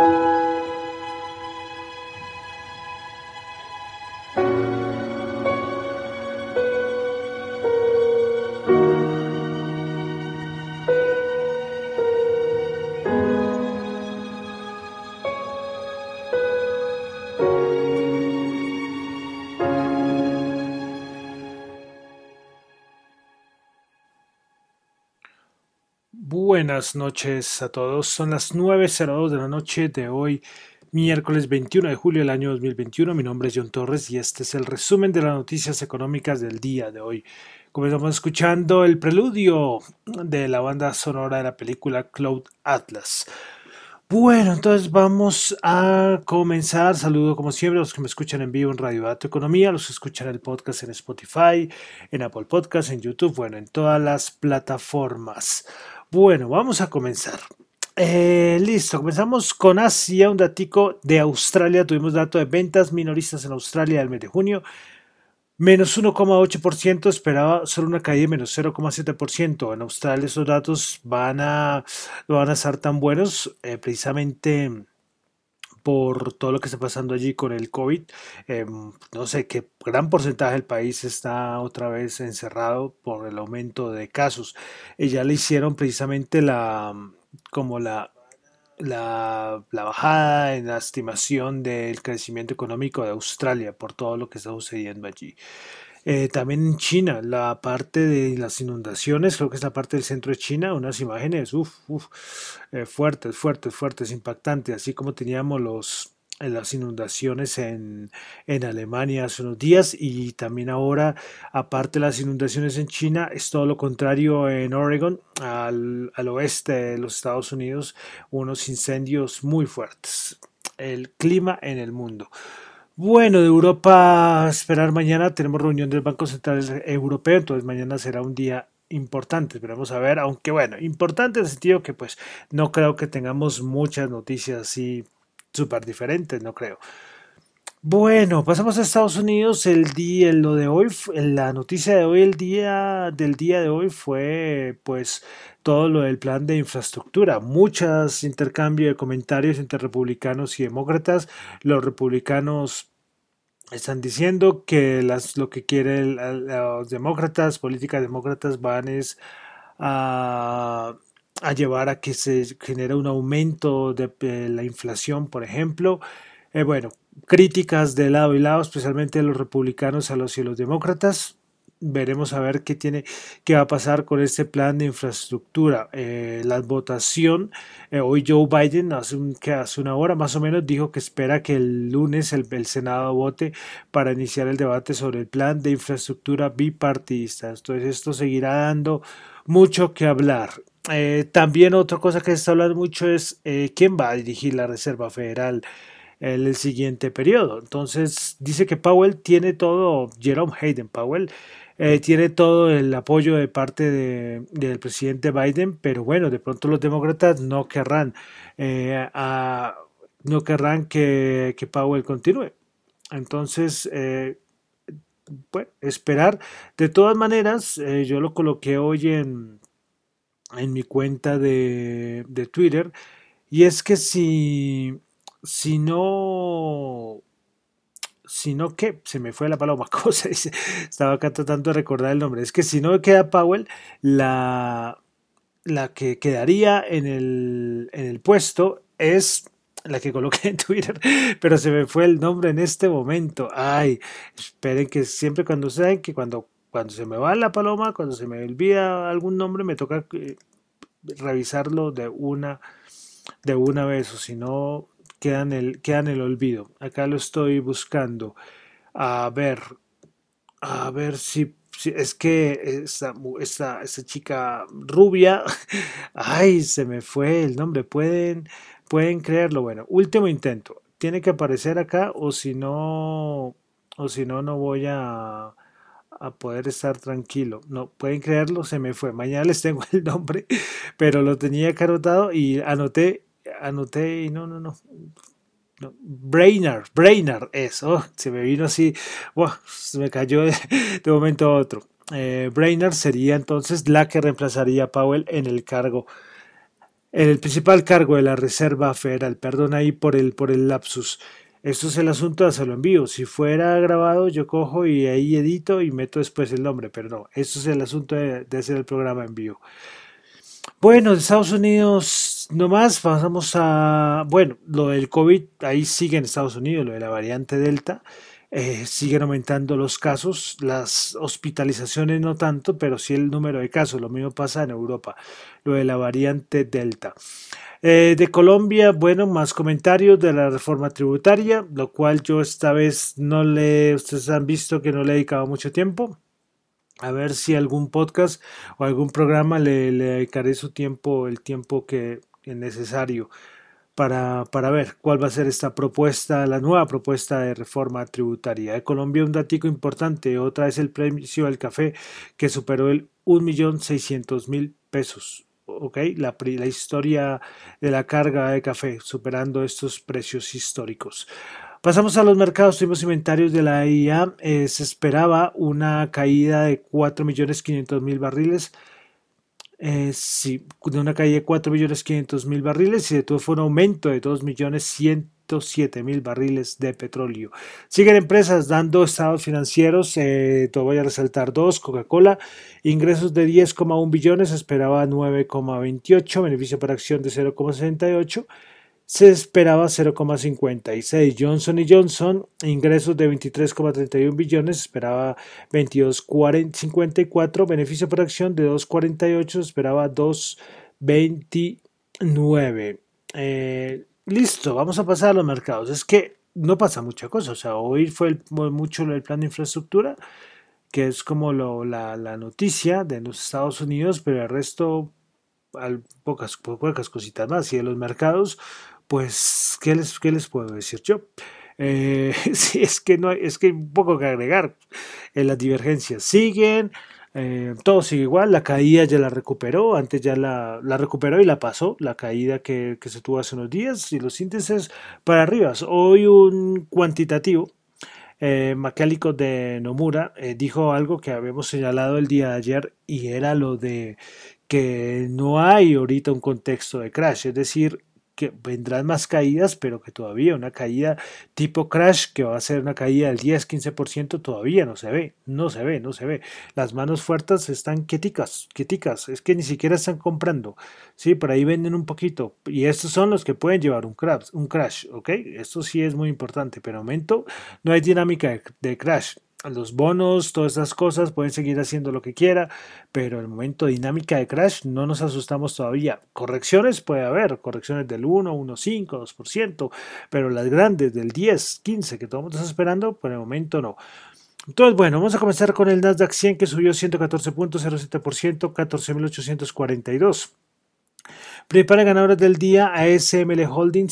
Buenas noches a todos. Son las 9:02 de la noche de hoy, miércoles 21 de julio del año 2021. Mi nombre es John Torres y este es el resumen de las noticias económicas del día de hoy. Comenzamos escuchando el preludio de la banda sonora de la película Cloud Atlas. Bueno, entonces vamos a comenzar. Saludo como siempre a los que me escuchan en vivo en Radio Dato Economía, a los que escuchan el podcast en Spotify, en Apple Podcast, en YouTube, bueno, en todas las plataformas. Bueno, vamos a comenzar. Listo, comenzamos con Asia, un datico de Australia. Tuvimos dato de ventas minoristas en Australia del mes de junio. Menos 1,8%, esperaba solo una caída de menos 0,7%. En Australia esos datos no van a estar tan buenos, precisamente por todo lo que está pasando allí con el COVID. No sé qué gran porcentaje del país está otra vez encerrado por el aumento de casos. Ya le hicieron precisamente como la bajada en la estimación del crecimiento económico de Australia por todo lo que está sucediendo allí. También en China, la parte de las inundaciones, creo que es la parte del centro de China, unas imágenes fuertes, fuertes, fuertes, impactantes, así como teníamos las inundaciones en Alemania hace unos días y también ahora, aparte de las inundaciones en China, es todo lo contrario en Oregon, al oeste de los Estados Unidos, unos incendios muy fuertes. El clima en el mundo. Bueno, de Europa, esperar mañana, tenemos reunión del Banco Central Europeo, entonces mañana será un día importante, esperamos a ver, aunque bueno, importante en el sentido que pues no creo que tengamos muchas noticias así súper diferentes, no creo. Bueno, pasamos a Estados Unidos. Lo de hoy, la noticia de hoy, el día del día de hoy fue, pues, todo lo del plan de infraestructura. Muchas intercambio de comentarios entre republicanos y demócratas. Los republicanos están diciendo que lo que quieren los demócratas, políticas demócratas, van es a, a llevar a que se genere un aumento de la inflación, por ejemplo. Bueno, críticas de lado y lado, especialmente de los republicanos a los y los demócratas. Veremos a ver qué va a pasar con este plan de infraestructura. La votación, hoy Joe Biden, que hace una hora más o menos, dijo que espera que el lunes el Senado vote para iniciar el debate sobre el plan de infraestructura bipartidista. Entonces esto seguirá dando mucho que hablar. También otra cosa que se está hablando mucho es quién va a dirigir la Reserva Federal el siguiente periodo. Entonces dice que Powell tiene todo, Jerome Hayden Powell, tiene todo el apoyo de parte del presidente Biden, pero bueno, de pronto los demócratas eh, a- no querrán que Powell continúe. Entonces, bueno, esperar. De todas maneras, yo lo coloqué hoy en mi cuenta de Twitter, y es que si no, si no que, se me fue la palabra, cosa, estaba acá tratando de recordar el nombre, es que si no queda Powell, la, la que quedaría en el puesto es la que coloqué en Twitter, pero se me fue el nombre en este momento. Ay, esperen que siempre cuando saben que cuando se me va la paloma, cuando se me olvida algún nombre, me toca revisarlo de una vez, o si no, queda en el olvido. Acá lo estoy buscando. A ver, a ver si es que esta chica rubia, ay, se me fue el nombre, pueden creerlo. Bueno, último intento. Tiene que aparecer acá o si no, no voy a poder estar tranquilo. No, pueden creerlo, se me fue. Mañana les tengo el nombre, pero lo tenía que anotado y anoté y no. Brainard, eso, se me vino así, wow, se me cayó de momento a otro. Brainard sería entonces la que reemplazaría a Powell en el cargo. El principal cargo de la Reserva Federal, perdón ahí por el lapsus. Esto es el asunto de hacerlo en vivo. Si fuera grabado, yo cojo y ahí edito y meto después el nombre, pero no, esto es el asunto de hacer el programa en vivo. Bueno, de Estados Unidos, nomás pasamos a, bueno, lo del COVID, ahí sigue en Estados Unidos, lo de la variante Delta, siguen aumentando los casos, las hospitalizaciones no tanto, pero sí el número de casos, lo mismo pasa en Europa, lo de la variante Delta. De Colombia, bueno, más comentarios de la reforma tributaria, lo cual yo esta vez no le, ustedes han visto que no le he dedicado mucho tiempo. A ver si algún podcast o algún programa le dedicaré su tiempo, el tiempo que es necesario para ver cuál va a ser esta propuesta, la nueva propuesta de reforma tributaria. De Colombia un datico importante, otra es el precio del café que superó el 1.600.000 pesos. Ok, la historia de la carga de café superando estos precios históricos. Pasamos a los mercados, tuvimos inventarios de la IA, se esperaba una caída de 4.500.000 barriles, sí, de una caída de 4.500.000 barriles y de todo fue un aumento de 2.107.000 barriles de petróleo. Siguen empresas dando estados financieros, te voy a resaltar dos, Coca-Cola, ingresos de 10,1 billones, esperaba 9,28, beneficio por acción de 0,68, se esperaba 0,56. Johnson Johnson, ingresos de 23,31 billones, esperaba 22,54. Beneficio por acción de 2,48, esperaba 2,29. Listo, vamos a pasar a los mercados. Es que no pasa mucha cosa. O sea, hoy fue mucho el plan de infraestructura, que es como la noticia de los Estados Unidos, pero el resto pocas cositas más. Y de los mercados, pues, qué les puedo decir yo? Sí, es que no hay, es que hay un poco que agregar. Las divergencias siguen, todo sigue igual, la caída ya la recuperó, antes ya la recuperó y la pasó, la caída que se tuvo hace unos días y los índices para arriba. Hoy un cuantitativo Macalico de Nomura dijo algo que habíamos señalado el día de ayer y era lo de que no hay ahorita un contexto de crash, es decir, que vendrán más caídas, pero que todavía una caída tipo crash, que va a ser una caída del 10-15%, todavía no se ve, no se ve, no se ve. Las manos fuertes están quieticas, quieticas, es que ni siquiera están comprando, sí, por ahí venden un poquito, y estos son los que pueden llevar un crash, ¿ok? Esto sí es muy importante, pero momento no hay dinámica de crash. Los bonos, todas esas cosas pueden seguir haciendo lo que quiera, pero en el momento de dinámica de crash no nos asustamos todavía. Correcciones puede haber, correcciones del 1, 1,5, 2%, pero las grandes del 10, 15 que todo el mundo está esperando, por el momento no. Entonces, bueno, vamos a comenzar con el Nasdaq 100 que subió 114,07%, 14.842. Principales ganadores del día, ASML Holding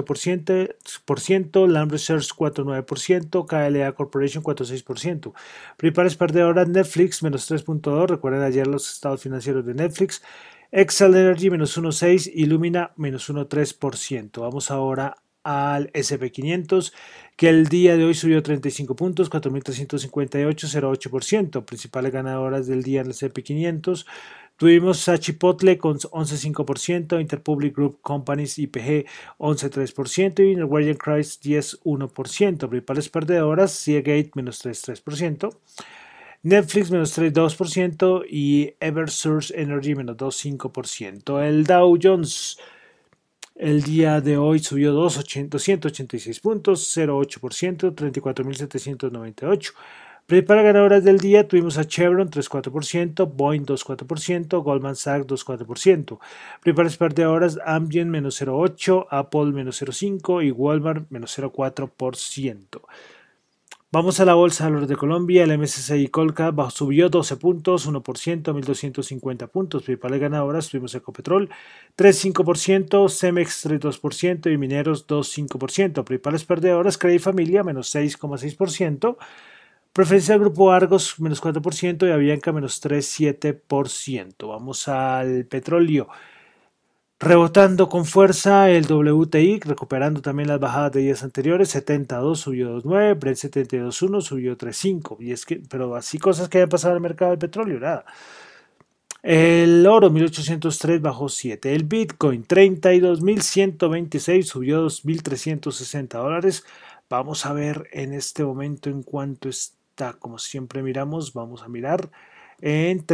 5,4%, Land Research 4,9%, KLA Corporation 4,6%. Principales perdedoras, Netflix menos 3,2%, recuerden ayer los estados financieros de Netflix, Excel Energy menos 1,6% y Lumina menos 1,3%. Vamos ahora al SP500, que el día de hoy subió 35 puntos, 4.358, 0,8%. Principales ganadoras del día en el SP500. Tuvimos a Chipotle con 11,5%, Interpublic Group Companies IPG 11,3% y Norwegian Christ 10,1%. Principales perdedoras, Seagate menos 3,3%. Netflix menos 3,2% y Eversource Energy menos 2,5%. El Dow Jones el día de hoy subió 286 puntos, 0,8%, 34.798. Para ganadoras del día tuvimos a Chevron 3,4%, Boeing 2,4%, Goldman Sachs 2,4%. Principales perdedoras Amgen menos 0,8%, Apple menos 0,5% y Walmart menos 0,4%. Vamos a la bolsa de valores de Colombia, el MSCI Colca subió 12 puntos, 1%, 1.250 puntos. Principales ganadoras tuvimos Ecopetrol 3,5%, Cemex 3,2% y Mineros 2,5%. Principales perdedoras Credit Familia menos 6,6%. Preferencia del Grupo Argos menos 4% y Avianca menos 3,7%. Vamos al petróleo. Rebotando con fuerza el WTI, recuperando también las bajadas de días anteriores, 72 subió 2,9, Brent 72,1 subió 3,5. Y es que, pero así cosas que hayan pasado en el mercado del petróleo, nada. El oro 1803 bajó 7. El Bitcoin 32.126 subió $2.360. Vamos a ver en este momento en cuánto está. Como siempre miramos, vamos a mirar en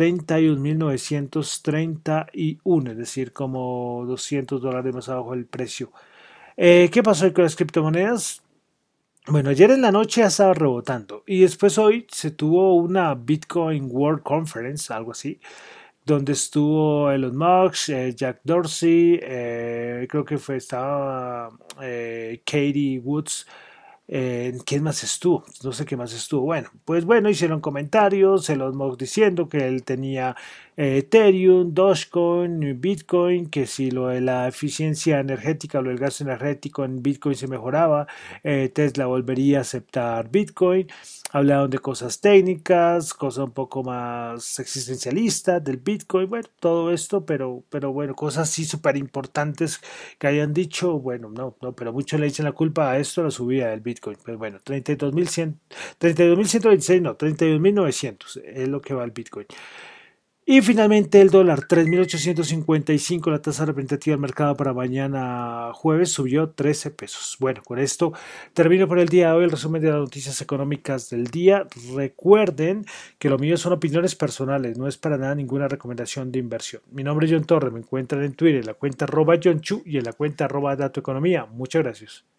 31.931, es decir, como $200 más abajo el precio. ¿Qué pasó con las criptomonedas? Bueno, ayer en la noche ya estaba rebotando y después hoy se tuvo una Bitcoin World Conference, algo así, donde estuvo Elon Musk, Jack Dorsey, creo que estaba Katie Woods. ¿Quién más estuvo? No sé qué más estuvo. Bueno, pues bueno, hicieron comentarios, Elon Musk diciendo que él tenía Ethereum, Dogecoin, Bitcoin, que si lo de la eficiencia energética o el gasto energético en Bitcoin se mejoraba, Tesla volvería a aceptar Bitcoin. Hablaron de cosas técnicas, cosas un poco más existencialistas del Bitcoin, bueno, todo esto, pero bueno, cosas así súper importantes que hayan dicho, bueno, no, pero muchos le echan la culpa a esto, a la subida del Bitcoin. Pues bueno, 32.100, 32.126, no, 32.900 es lo que va el Bitcoin. Y finalmente el dólar, 3.855, la tasa representativa del mercado para mañana jueves subió 13 pesos. Bueno, con esto termino por el día de hoy el resumen de las noticias económicas del día. Recuerden que lo mío son opiniones personales, no es para nada ninguna recomendación de inversión. Mi nombre es John Torres, me encuentran en Twitter, en la cuenta @JohnChu y en la cuenta @DatoEconomía. Muchas gracias.